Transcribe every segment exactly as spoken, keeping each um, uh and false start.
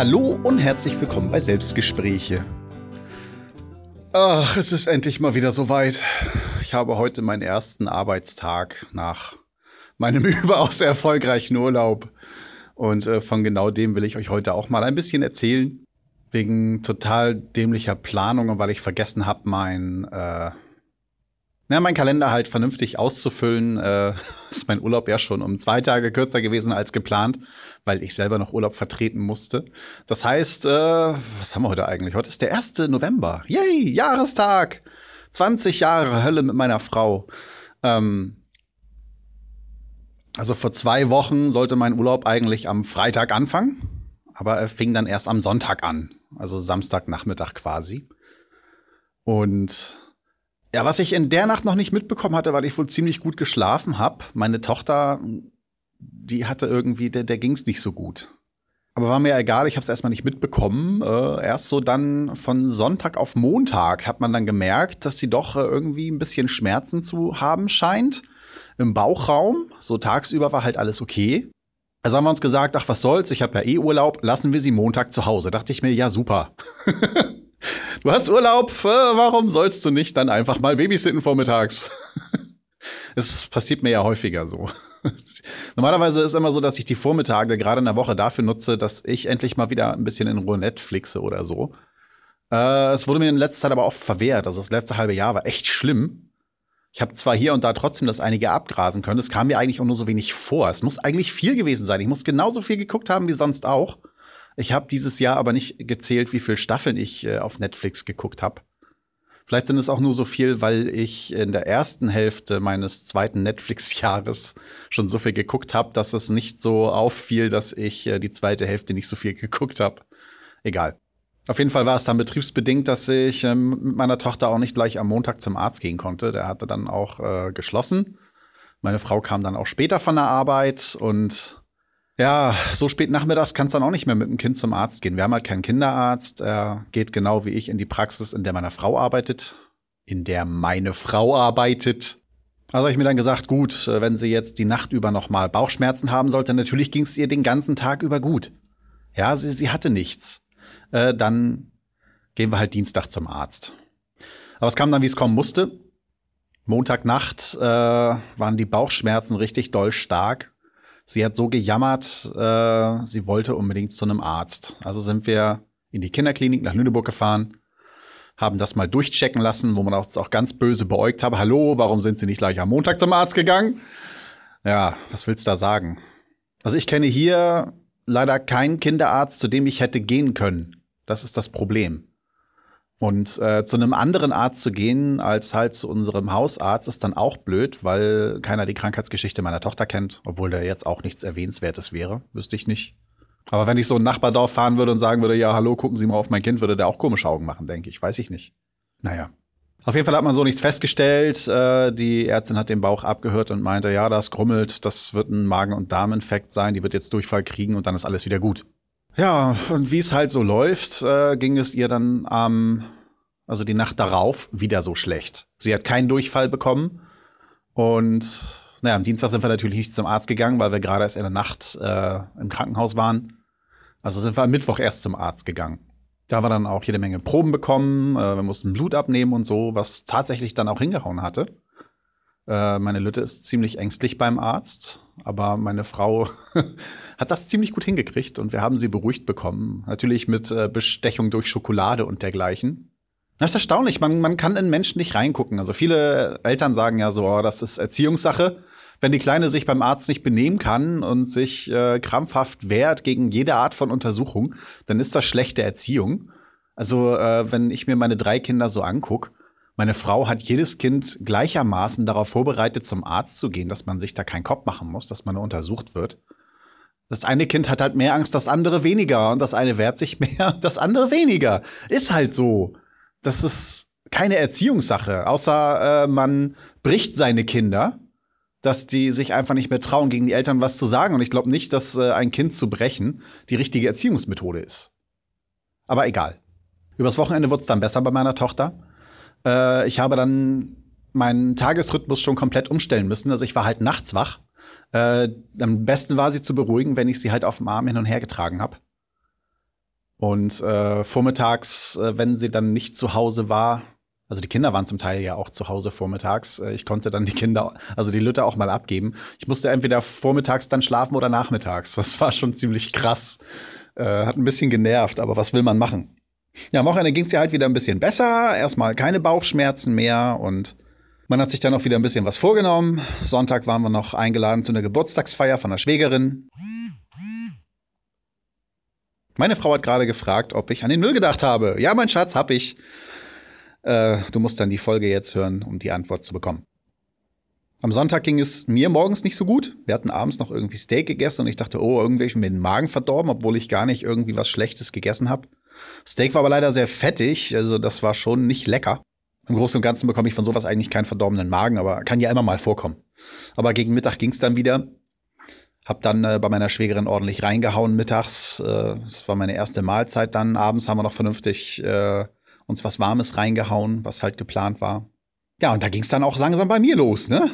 Hallo und herzlich willkommen bei Selbstgespräche. Ach, es ist endlich mal wieder soweit. Ich habe heute meinen ersten Arbeitstag nach meinem überaus erfolgreichen Urlaub. Und äh, von genau dem will ich euch heute auch mal ein bisschen erzählen. Wegen total dämlicher Planung und weil ich vergessen habe, mein, äh, ja, meinen Kalender halt vernünftig auszufüllen, äh, ist mein Urlaub ja schon um zwei Tage kürzer gewesen als geplant, weil ich selber noch Urlaub vertreten musste. Das heißt, äh, was haben wir heute eigentlich? Heute ist der erste November. Yay, Jahrestag! zwanzig Jahre Hölle mit meiner Frau. Ähm, also vor zwei Wochen sollte mein Urlaub eigentlich am Freitag anfangen, aber er fing dann erst am Sonntag an, also Samstagnachmittag quasi. Und ja, was ich in der Nacht noch nicht mitbekommen hatte, weil ich wohl ziemlich gut geschlafen habe, meine Tochter, die hatte irgendwie, der, der ging's nicht so gut. Aber war mir egal, ich habe es erstmal nicht mitbekommen. Äh, erst so dann von Sonntag auf Montag hat man dann gemerkt, dass sie doch äh, irgendwie ein bisschen Schmerzen zu haben scheint im Bauchraum. So tagsüber war halt alles okay. Also haben wir uns gesagt, ach was soll's, ich habe ja eh Urlaub, lassen wir sie Montag zu Hause. Dachte ich mir, ja super. Du hast Urlaub, äh, warum sollst du nicht dann einfach mal babysitten vormittags? Es passiert mir ja häufiger so. Normalerweise ist es immer so, dass ich die Vormittage gerade in der Woche dafür nutze, dass ich endlich mal wieder ein bisschen in Ruhe Netflixe oder so. Äh, es wurde mir in letzter Zeit aber oft verwehrt. Also das letzte halbe Jahr war echt schlimm. Ich habe zwar hier und da trotzdem das einige abgrasen können. Es kam mir eigentlich auch nur so wenig vor. Es muss eigentlich viel gewesen sein. Ich muss genauso viel geguckt haben wie sonst auch. Ich habe dieses Jahr aber nicht gezählt, wie viele Staffeln ich äh, auf Netflix geguckt habe. Vielleicht sind es auch nur so viel, weil ich in der ersten Hälfte meines zweiten Netflix-Jahres schon so viel geguckt habe, dass es nicht so auffiel, dass ich äh, die zweite Hälfte nicht so viel geguckt habe. Egal. Auf jeden Fall war es dann betriebsbedingt, dass ich ähm, mit meiner Tochter auch nicht gleich am Montag zum Arzt gehen konnte. Der hatte dann auch äh, geschlossen. Meine Frau kam dann auch später von der Arbeit und ja, so spät nachmittags kann es dann auch nicht mehr mit dem Kind zum Arzt gehen. Wir haben halt keinen Kinderarzt. Er geht genau wie ich in die Praxis, in der meine Frau arbeitet. In der meine Frau arbeitet. Also habe ich mir dann gesagt, gut, äh, wenn sie jetzt die Nacht über noch mal Bauchschmerzen haben sollte, natürlich ging es ihr den ganzen Tag über gut. Ja, sie, sie hatte nichts. Äh, dann gehen wir halt Dienstag zum Arzt. Aber es kam dann, wie es kommen musste. Montagnacht äh, waren die Bauchschmerzen richtig doll stark. Sie hat so gejammert, äh, sie wollte unbedingt zu einem Arzt. Also sind wir in die Kinderklinik nach Lüneburg gefahren, haben das mal durchchecken lassen, wo man uns auch ganz böse beäugt habe. Hallo, warum sind Sie nicht gleich am Montag zum Arzt gegangen? Ja, was willst du da sagen? Also ich kenne hier leider keinen Kinderarzt, zu dem ich hätte gehen können. Das ist das Problem. Und äh, zu einem anderen Arzt zu gehen, als halt zu unserem Hausarzt, ist dann auch blöd, weil keiner die Krankheitsgeschichte meiner Tochter kennt, obwohl da jetzt auch nichts Erwähnenswertes wäre, wüsste ich nicht. Aber wenn ich so ein Nachbardorf fahren würde und sagen würde, ja, hallo, gucken Sie mal auf mein Kind, würde der auch komische Augen machen, denke ich. Weiß ich nicht. Naja. Auf jeden Fall hat man so nichts festgestellt. Äh, die Ärztin hat den Bauch abgehört und meinte, ja, das grummelt, das wird ein Magen- und Darminfekt sein, die wird jetzt Durchfall kriegen und dann ist alles wieder gut. Ja, und wie es halt so läuft, äh, ging es ihr dann am, ähm, also die Nacht darauf, wieder so schlecht. Sie hat keinen Durchfall bekommen. Und naja, am Dienstag sind wir natürlich nicht zum Arzt gegangen, weil wir gerade erst in der Nacht äh, im Krankenhaus waren. Also sind wir am Mittwoch erst zum Arzt gegangen. Da haben wir dann auch jede Menge Proben bekommen. Äh, wir mussten Blut abnehmen und so, was tatsächlich dann auch hingehauen hatte. Äh, meine Lütte ist ziemlich ängstlich beim Arzt, aber meine Frau hat das ziemlich gut hingekriegt und wir haben sie beruhigt bekommen. Natürlich mit äh, Bestechung durch Schokolade und dergleichen. Das ist erstaunlich, man, man kann in Menschen nicht reingucken. Also viele Eltern sagen ja so, oh, das ist Erziehungssache. Wenn die Kleine sich beim Arzt nicht benehmen kann und sich äh, krampfhaft wehrt gegen jede Art von Untersuchung, dann ist das schlechte Erziehung. Also äh, wenn ich mir meine drei Kinder so angucke, meine Frau hat jedes Kind gleichermaßen darauf vorbereitet, zum Arzt zu gehen, dass man sich da keinen Kopf machen muss, dass man nur untersucht wird. Das eine Kind hat halt mehr Angst, das andere weniger. Und das eine wehrt sich mehr, das andere weniger. Ist halt so. Das ist keine Erziehungssache, außer äh, man bricht seine Kinder, dass die sich einfach nicht mehr trauen, gegen die Eltern was zu sagen. Und ich glaube nicht, dass äh, ein Kind zu brechen die richtige Erziehungsmethode ist. Aber egal. Übers Wochenende wurde es dann besser bei meiner Tochter. Äh, ich habe dann meinen Tagesrhythmus schon komplett umstellen müssen. Also ich war halt nachts wach. Äh, am besten war sie zu beruhigen, wenn ich sie halt auf dem Arm hin und her getragen habe. Und äh, vormittags, äh, wenn sie dann nicht zu Hause war, also die Kinder waren zum Teil ja auch zu Hause vormittags. äh, Ich konnte dann die Kinder, also die Lütte auch mal abgeben. Ich musste entweder vormittags dann schlafen oder nachmittags. Das war schon ziemlich krass. Äh, hat ein bisschen genervt, aber was will man machen? Ja, am Wochenende ging es ja halt wieder ein bisschen besser. Erstmal keine Bauchschmerzen mehr und man hat sich dann auch wieder ein bisschen was vorgenommen. Sonntag waren wir noch eingeladen zu einer Geburtstagsfeier von einer Schwägerin. Meine Frau hat gerade gefragt, ob ich an den Müll gedacht habe. Ja, mein Schatz, hab ich. Äh, du musst dann die Folge jetzt hören, um die Antwort zu bekommen. Am Sonntag ging es mir morgens nicht so gut. Wir hatten abends noch irgendwie Steak gegessen und ich dachte, oh, irgendwie ist mir den Magen verdorben, obwohl ich gar nicht irgendwie was Schlechtes gegessen habe. Steak war aber leider sehr fettig, also das war schon nicht lecker. Im Großen und Ganzen bekomme ich von sowas eigentlich keinen verdorbenen Magen, aber kann ja immer mal vorkommen. Aber gegen Mittag ging es dann wieder. Hab dann äh, bei meiner Schwägerin ordentlich reingehauen mittags. Äh, das war meine erste Mahlzeit dann. Abends haben wir noch vernünftig äh, uns was Warmes reingehauen, was halt geplant war. Ja, und da ging es dann auch langsam bei mir los, ne?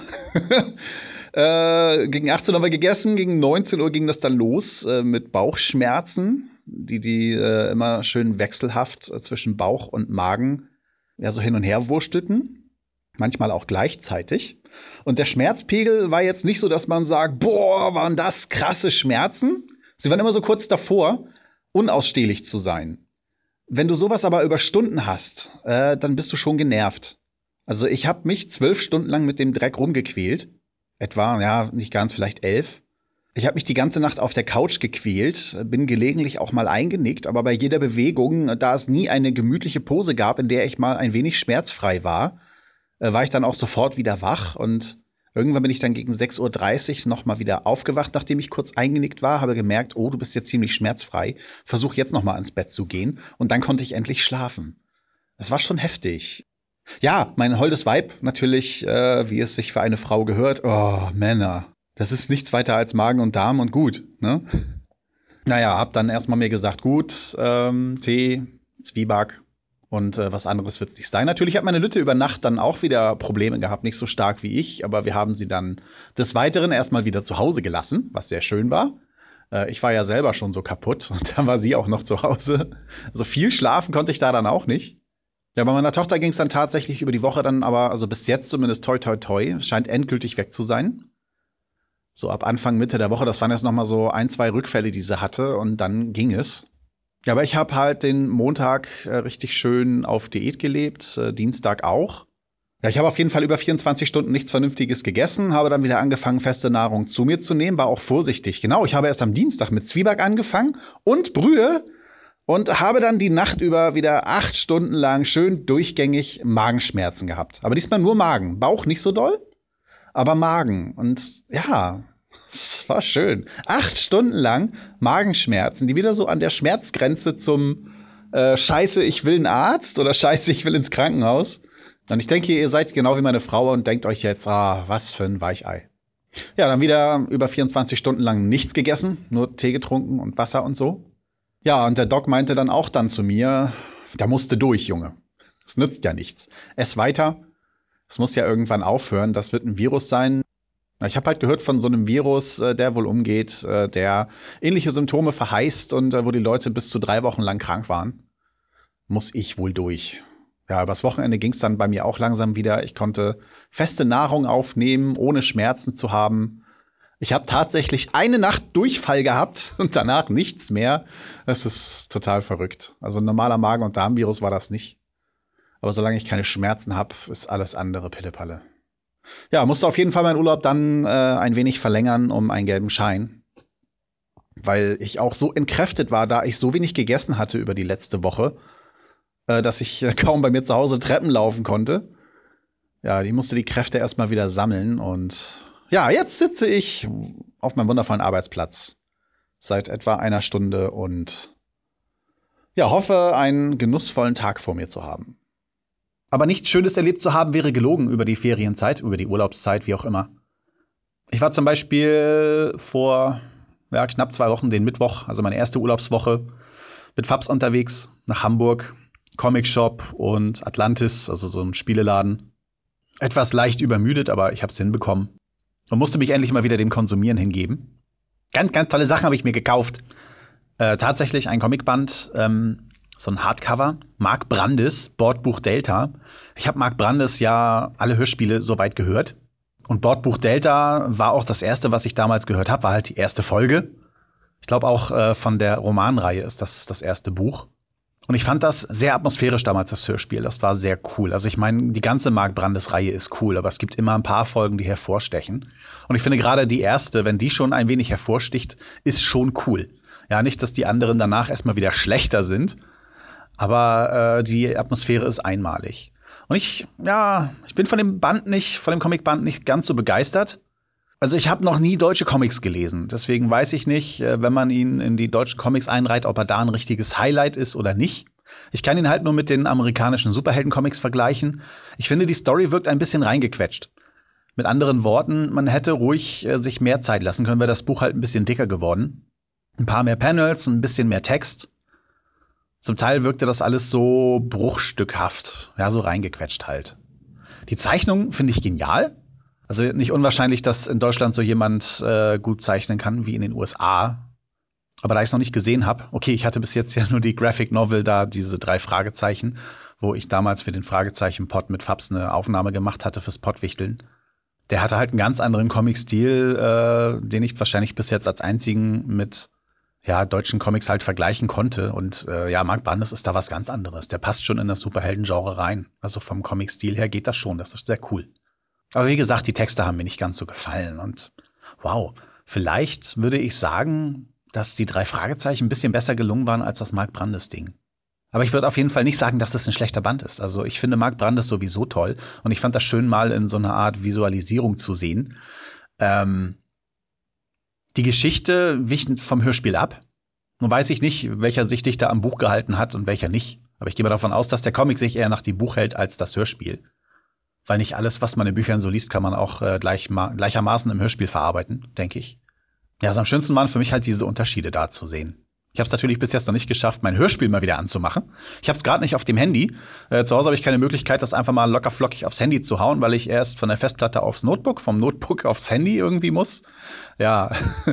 äh, gegen achtzehn Uhr haben wir gegessen, gegen neunzehn Uhr ging das dann los äh, mit Bauchschmerzen, die die äh, immer schön wechselhaft äh, zwischen Bauch und Magen ja so hin und her wurstelten, manchmal auch gleichzeitig. Und der Schmerzpegel war jetzt nicht so, dass man sagt, boah, waren das krasse Schmerzen. Sie waren immer so kurz davor, unausstehlich zu sein. Wenn du sowas aber über Stunden hast, äh, dann bist du schon genervt. Also ich habe mich zwölf Stunden lang mit dem Dreck rumgequält. Etwa, ja, nicht ganz, vielleicht elf. Ich habe mich die ganze Nacht auf der Couch gequält, bin gelegentlich auch mal eingenickt, aber bei jeder Bewegung, da es nie eine gemütliche Pose gab, in der ich mal ein wenig schmerzfrei war, äh, war ich dann auch sofort wieder wach und irgendwann bin ich dann gegen sechs Uhr dreißig noch mal wieder aufgewacht, nachdem ich kurz eingenickt war, habe gemerkt, oh, du bist jetzt ziemlich schmerzfrei, versuch jetzt noch mal ins Bett zu gehen und dann konnte ich endlich schlafen. Es war schon heftig. Ja, mein holdes Weib natürlich, äh, wie es sich für eine Frau gehört. Oh, Männer. Das ist nichts weiter als Magen und Darm und gut, ne? Naja, hab dann erstmal mir gesagt, gut, ähm, Tee, Zwieback und äh, was anderes wird's nicht sein. Natürlich hat meine Lütte über Nacht dann auch wieder Probleme gehabt, nicht so stark wie ich, aber wir haben sie dann des Weiteren erstmal wieder zu Hause gelassen, was sehr schön war. Äh, ich war ja selber schon so kaputt und dann war sie auch noch zu Hause. Also viel schlafen konnte ich da dann auch nicht. Ja, bei meiner Tochter ging es dann tatsächlich über die Woche dann aber, also bis jetzt zumindest toi toi toi, scheint endgültig weg zu sein. So ab Anfang, Mitte der Woche, das waren jetzt noch mal so ein, zwei Rückfälle, die sie hatte und dann ging es. Ja, aber ich habe halt den Montag äh, richtig schön auf Diät gelebt, äh, Dienstag auch. Ja, ich habe auf jeden Fall über vierundzwanzig Stunden nichts Vernünftiges gegessen, habe dann wieder angefangen, feste Nahrung zu mir zu nehmen, war auch vorsichtig. Genau, ich habe erst am Dienstag mit Zwieback angefangen und Brühe und habe dann die Nacht über wieder acht Stunden lang schön durchgängig Magenschmerzen gehabt. Aber diesmal nur Magen, Bauch nicht so doll, aber Magen. Und ja, es war schön. Acht Stunden lang Magenschmerzen, die wieder so an der Schmerzgrenze zum äh, Scheiße, ich will einen Arzt oder Scheiße, ich will ins Krankenhaus. Und ich denke, ihr seid genau wie meine Frau und denkt euch jetzt, ah, was für ein Weichei. Ja, dann wieder über vierundzwanzig Stunden lang nichts gegessen, nur Tee getrunken und Wasser und so. Ja, und der Doc meinte dann auch dann zu mir, da musste durch, Junge. Es nützt ja nichts. Ess weiter. Es muss ja irgendwann aufhören. Das wird ein Virus sein. Ich habe halt gehört von so einem Virus, äh, der wohl umgeht, äh, der ähnliche Symptome verheißt und äh, wo die Leute bis zu drei Wochen lang krank waren. Muss ich wohl durch. Ja, übers Wochenende ging es dann bei mir auch langsam wieder. Ich konnte feste Nahrung aufnehmen, ohne Schmerzen zu haben. Ich habe tatsächlich eine Nacht Durchfall gehabt und danach nichts mehr. Das ist total verrückt. Also ein normaler Magen- und Darmvirus war das nicht. Aber solange ich keine Schmerzen habe, ist alles andere Pillepalle. Ja, musste auf jeden Fall meinen Urlaub dann äh, ein wenig verlängern um einen gelben Schein. Weil ich auch so entkräftet war, da ich so wenig gegessen hatte über die letzte Woche, äh, dass ich äh, kaum bei mir zu Hause Treppen laufen konnte. Ja, die musste die Kräfte erstmal wieder sammeln. Und ja, jetzt sitze ich auf meinem wundervollen Arbeitsplatz seit etwa einer Stunde und ja, hoffe, einen genussvollen Tag vor mir zu haben. Aber nichts Schönes erlebt zu haben, wäre gelogen über die Ferienzeit, über die Urlaubszeit, wie auch immer. Ich war zum Beispiel vor ja, knapp zwei Wochen, den Mittwoch, also meine erste Urlaubswoche, mit Fabs unterwegs nach Hamburg, Comic Shop und Atlantis, also so ein Spieleladen. Etwas leicht übermüdet, aber ich hab's hinbekommen. Und musste mich endlich mal wieder dem Konsumieren hingeben. Ganz, ganz tolle Sachen habe ich mir gekauft. Äh, tatsächlich ein Comicband, ähm, so ein Hardcover. Mark Brandes, Bordbuch Delta. Ich habe Mark Brandes ja alle Hörspiele soweit gehört. Und Bordbuch Delta war auch das erste, was ich damals gehört habe, war halt die erste Folge. Ich glaube auch äh, von der Romanreihe ist das das erste Buch. Und ich fand das sehr atmosphärisch damals, das Hörspiel. Das war sehr cool. Also ich meine, die ganze Mark Brandes-Reihe ist cool, aber es gibt immer ein paar Folgen, die hervorstechen. Und ich finde gerade die erste, wenn die schon ein wenig hervorsticht, ist schon cool. Ja, nicht, dass die anderen danach erstmal wieder schlechter sind, aber äh, die Atmosphäre ist einmalig. Und ich, ja, ich bin von dem Band nicht, von dem Comicband nicht ganz so begeistert. Also ich habe noch nie deutsche Comics gelesen, deswegen weiß ich nicht, äh, wenn man ihn in die deutschen Comics einreiht, ob er da ein richtiges Highlight ist oder nicht. Ich kann ihn halt nur mit den amerikanischen Superhelden-Comics vergleichen. Ich finde, die Story wirkt ein bisschen reingequetscht. Mit anderen Worten, man hätte ruhig äh, sich mehr Zeit lassen können, wäre das Buch halt ein bisschen dicker geworden. Ein paar mehr Panels, ein bisschen mehr Text. Zum Teil wirkte das alles so bruchstückhaft, ja, so reingequetscht halt. Die Zeichnung finde ich genial. Also nicht unwahrscheinlich, dass in Deutschland so jemand äh, gut zeichnen kann wie in den U S A. Aber da ich es noch nicht gesehen habe, okay, ich hatte bis jetzt ja nur die Graphic Novel da, diese drei Fragezeichen, wo ich damals für den Fragezeichen-Pod mit Fabs eine Aufnahme gemacht hatte fürs Pottwichteln. Der hatte halt einen ganz anderen Comic-Stil, äh, den ich wahrscheinlich bis jetzt als einzigen mit ja, deutschen Comics halt vergleichen konnte. Und äh, ja, Mark Brandes ist da was ganz anderes. Der passt schon in das Superhelden-Genre rein. Also vom Comic-Stil her geht das schon. Das ist sehr cool. Aber wie gesagt, die Texte haben mir nicht ganz so gefallen. Und wow, vielleicht würde ich sagen, dass die drei Fragezeichen ein bisschen besser gelungen waren als das Mark Brandes-Ding. Aber ich würde auf jeden Fall nicht sagen, dass das ein schlechter Band ist. Also ich finde Mark Brandes sowieso toll. Und ich fand das schön, mal in so einer Art Visualisierung zu sehen. Ähm, die Geschichte wich vom Hörspiel ab. Nun weiß ich nicht, welcher sich dichter am Buch gehalten hat und welcher nicht. Aber ich gehe mal davon aus, dass der Comic sich eher nach dem Buch hält als das Hörspiel. Weil nicht alles, was man in Büchern so liest, kann man auch äh, gleich gleichermaßen im Hörspiel verarbeiten, denke ich. Ja, also am schönsten waren für mich halt diese Unterschiede da zu sehen. Ich habe es natürlich bis jetzt noch nicht geschafft, mein Hörspiel mal wieder anzumachen. Ich habe es gerade nicht auf dem Handy. Äh, zu Hause habe ich keine Möglichkeit, das einfach mal locker flockig aufs Handy zu hauen, weil ich erst von der Festplatte aufs Notebook, vom Notebook aufs Handy irgendwie muss. Ja.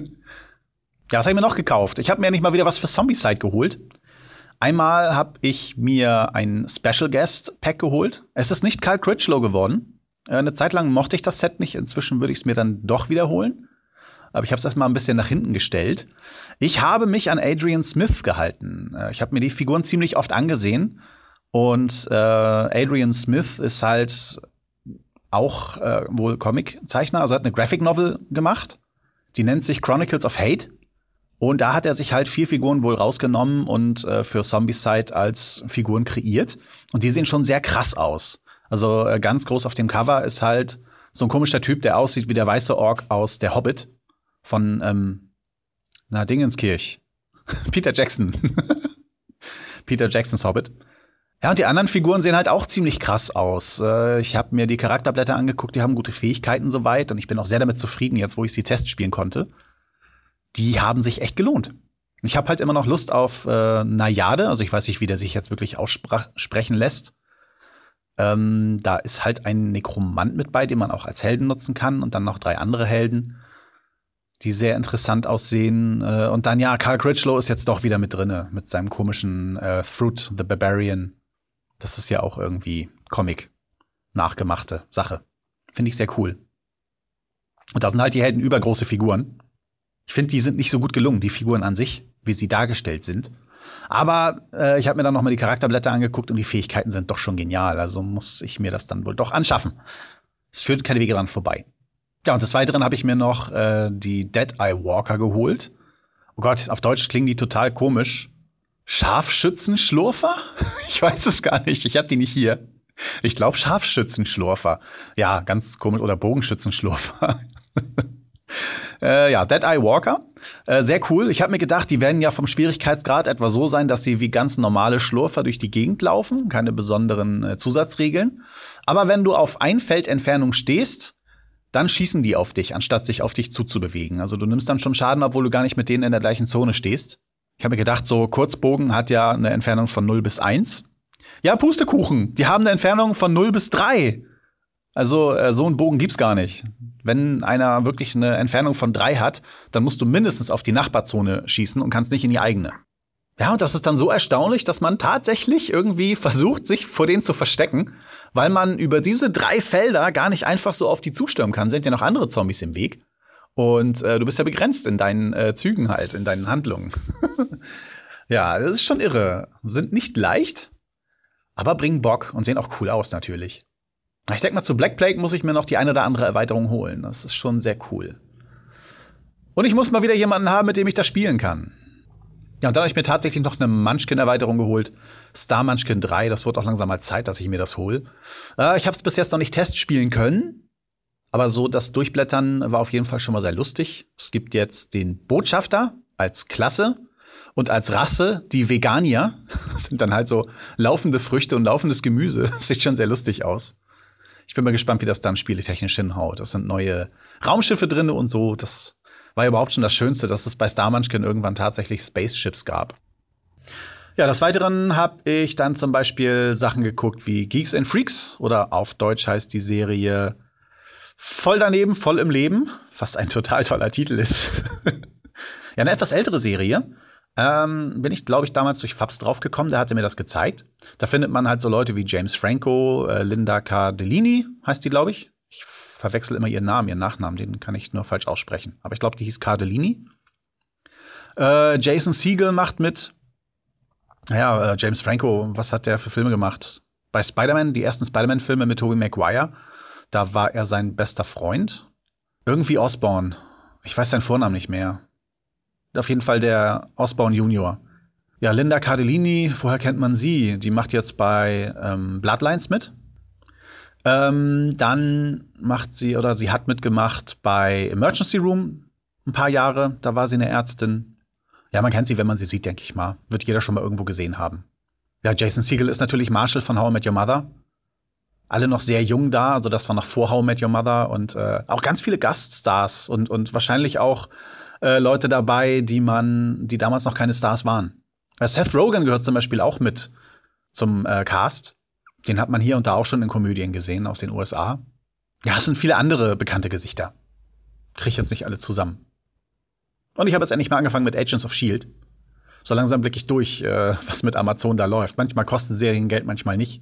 Ja, was habe ich mir noch gekauft? Ich habe mir nicht mal wieder was für Zombicide geholt. Einmal habe ich mir ein Special Guest Pack geholt. Es ist nicht Carl Critchlow geworden. Äh, eine Zeit lang mochte ich das Set nicht. Inzwischen würde ich es mir dann doch wiederholen. Aber ich habe es erstmal ein bisschen nach hinten gestellt. Ich habe mich an Adrian Smith gehalten. Äh, ich habe mir die Figuren ziemlich oft angesehen. Und äh, Adrian Smith ist halt auch äh, wohl Comiczeichner. Also hat eine Graphic Novel gemacht. Die nennt sich Chronicles of Hate. Und da hat er sich halt vier Figuren wohl rausgenommen und äh, für Zombicide als Figuren kreiert. Und die sehen schon sehr krass aus. Also äh, ganz groß auf dem Cover ist halt so ein komischer Typ, der aussieht wie der weiße Ork aus Der Hobbit von ähm, na, Dingenskirch. Peter Jackson. Peter Jacksons Hobbit. Ja, und die anderen Figuren sehen halt auch ziemlich krass aus. Äh, ich habe mir die Charakterblätter angeguckt, die haben gute Fähigkeiten soweit. Und ich bin auch sehr damit zufrieden, jetzt wo ich sie Test spielen konnte. Die haben sich echt gelohnt. Ich habe halt immer noch Lust auf äh, Najade, also ich weiß nicht, wie der sich jetzt wirklich aussprechen lässt. Ähm, da ist halt ein Nekromant mit bei, den man auch als Helden nutzen kann und dann noch drei andere Helden, die sehr interessant aussehen. Äh, und dann ja, Carl Critchlow ist jetzt doch wieder mit drinne mit seinem komischen äh, Fruit the Barbarian. Das ist ja auch irgendwie Comic nachgemachte Sache. Finde ich sehr cool. Und da sind halt die Helden übergroße Figuren. Ich finde, die sind nicht so gut gelungen, die Figuren an sich, wie sie dargestellt sind. Aber äh, ich habe mir dann noch mal die Charakterblätter angeguckt und die Fähigkeiten sind doch schon genial. Also muss ich mir das dann wohl doch anschaffen. Es führt keine Wege dran vorbei. Ja, und des Weiteren habe ich mir noch äh, die Dead Eye Walker geholt. Oh Gott, auf Deutsch klingen die total komisch. Scharfschützenschlurfer? Ich weiß es gar nicht. Ich habe die nicht hier. Ich glaube Scharfschützenschlurfer. Ja, ganz komisch. Oder Bogenschützenschlurfer. Äh, ja, Dead Eye Walker. Äh, sehr cool. Ich habe mir gedacht, die werden ja vom Schwierigkeitsgrad etwa so sein, dass sie wie ganz normale Schlurfer durch die Gegend laufen. Keine besonderen äh, Zusatzregeln. Aber wenn du auf ein Feld Entfernung stehst, dann schießen die auf dich, anstatt sich auf dich zuzubewegen. Also du nimmst dann schon Schaden, obwohl du gar nicht mit denen in der gleichen Zone stehst. Ich habe mir gedacht, so Kurzbogen hat ja eine Entfernung von null bis eins. Ja, Pustekuchen. Die haben eine Entfernung von null bis drei. Also äh, so einen Bogen gibt's gar nicht. Wenn einer wirklich eine Entfernung von drei hat, dann musst du mindestens auf die Nachbarzone schießen und kannst nicht in die eigene. Ja, und das ist dann so erstaunlich, dass man tatsächlich irgendwie versucht, sich vor denen zu verstecken, weil man über diese drei Felder gar nicht einfach so auf die zustürmen kann. Sind ja noch andere Zombies im Weg. Und äh, du bist ja begrenzt in deinen äh, Zügen halt, in deinen Handlungen. Ja, das ist schon irre. Sind nicht leicht, aber bringen Bock und sehen auch cool aus natürlich. Ich denke mal, zu Black Plague muss ich mir noch die eine oder andere Erweiterung holen. Das ist schon sehr cool. Und ich muss mal wieder jemanden haben, mit dem ich das spielen kann. Ja, und dann habe ich mir tatsächlich noch eine Munchkin-Erweiterung geholt. Star Munchkin drei, das wird auch langsam mal Zeit, dass ich mir das hole. Äh, ich habe es bis jetzt noch nicht testspielen können. Aber so das Durchblättern war auf jeden Fall schon mal sehr lustig. Es gibt jetzt den Botschafter als Klasse und als Rasse die Veganier. Das sind dann halt so laufende Früchte und laufendes Gemüse. Das sieht schon sehr lustig aus. Ich bin mal gespannt, wie das dann spieletechnisch hinhaut. Es sind neue Raumschiffe drin und so. Das war ja überhaupt schon das Schönste, dass es bei Star Munchkin irgendwann tatsächlich Spaceships gab. Ja, des Weiteren habe ich dann zum Beispiel Sachen geguckt wie Geeks and Freaks oder auf Deutsch heißt die Serie Voll daneben, voll im Leben, was ein total toller Titel ist. Ja, eine etwas ältere Serie. Ähm, bin ich, glaube ich, damals durch Fabs draufgekommen, der hatte mir das gezeigt. Da findet man halt so Leute wie James Franco, äh, Linda Cardellini, heißt die, glaube ich. Ich verwechsel immer ihren Namen, ihren Nachnamen, den kann ich nur falsch aussprechen. Aber ich glaube, die hieß Cardellini. Äh, Jason Segel macht mit. Ja, äh, James Franco, was hat der für Filme gemacht? Bei Spider-Man, die ersten Spider-Man-Filme mit Tobey Maguire. Da war er sein bester Freund. Irgendwie Osborn. Ich weiß seinen Vornamen nicht mehr. Auf jeden Fall der Osborn Junior. Ja, Linda Cardellini, woher kennt man sie? Die macht jetzt bei ähm, Bloodlines mit. Ähm, dann macht sie, oder sie hat mitgemacht bei Emergency Room ein paar Jahre. Da war sie eine Ärztin. Ja, man kennt sie, wenn man sie sieht, denke ich mal. Wird jeder schon mal irgendwo gesehen haben. Ja, Jason Segel ist natürlich Marshall von How I Met Your Mother. Alle noch sehr jung da, also das war noch vor How I Met Your Mother und äh, auch ganz viele Gaststars und, und wahrscheinlich auch äh, Leute dabei, die man, die damals noch keine Stars waren. Äh, Seth Rogen gehört zum Beispiel auch mit zum äh, Cast. Den hat man hier und da auch schon in Komödien gesehen aus den U S A. Ja, es sind viele andere bekannte Gesichter. Krieg ich jetzt nicht alle zusammen. Und ich habe jetzt endlich mal angefangen mit Agents of Shield. So langsam blicke ich durch, äh, was mit Amazon da läuft. Manchmal kosten Serien Geld, manchmal nicht.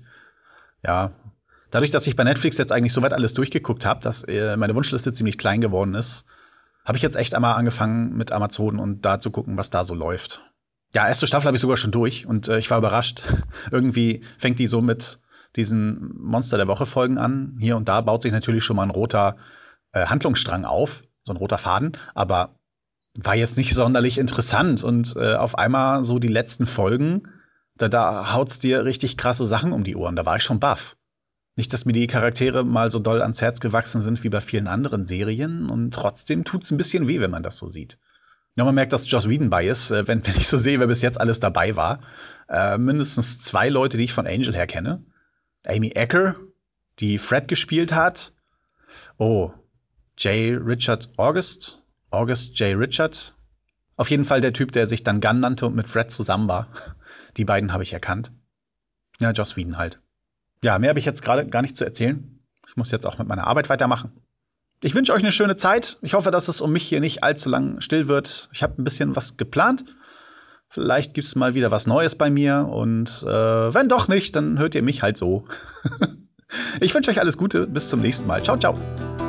Ja, dadurch, dass ich bei Netflix jetzt eigentlich soweit alles durchgeguckt habe, dass äh, meine Wunschliste ziemlich klein geworden ist, habe ich jetzt echt einmal angefangen mit Amazon und da zu gucken, was da so läuft. Ja, erste Staffel habe ich sogar schon durch und äh, ich war überrascht. Irgendwie fängt die so mit diesen Monster der Woche Folgen an. Hier und da baut sich natürlich schon mal ein roter äh, Handlungsstrang auf, so ein roter Faden, aber war jetzt nicht sonderlich interessant und äh, auf einmal so die letzten Folgen, da, da haut's dir richtig krasse Sachen um die Ohren. Da war ich schon baff. Nicht, dass mir die Charaktere mal so doll ans Herz gewachsen sind wie bei vielen anderen Serien. Und trotzdem tut's ein bisschen weh, wenn man das so sieht. Ja, man merkt, dass Joss Whedon bei ist, äh, wenn, wenn ich so sehe, wer bis jetzt alles dabei war. Äh, mindestens zwei Leute, die ich von Angel her kenne. Amy Acker, die Fred gespielt hat. Oh, J. Richard August. August J. Richard. Auf jeden Fall der Typ, der sich dann Gunn nannte und mit Fred zusammen war. Die beiden habe ich erkannt. Ja, Joss Whedon halt. Ja, mehr habe ich jetzt gerade gar nicht zu erzählen. Ich muss jetzt auch mit meiner Arbeit weitermachen. Ich wünsche euch eine schöne Zeit. Ich hoffe, dass es um mich hier nicht allzu lang still wird. Ich habe ein bisschen was geplant. Vielleicht gibt es mal wieder was Neues bei mir. Und äh, wenn doch nicht, dann hört ihr mich halt so. Ich wünsche euch alles Gute. Bis zum nächsten Mal. Ciao, ciao.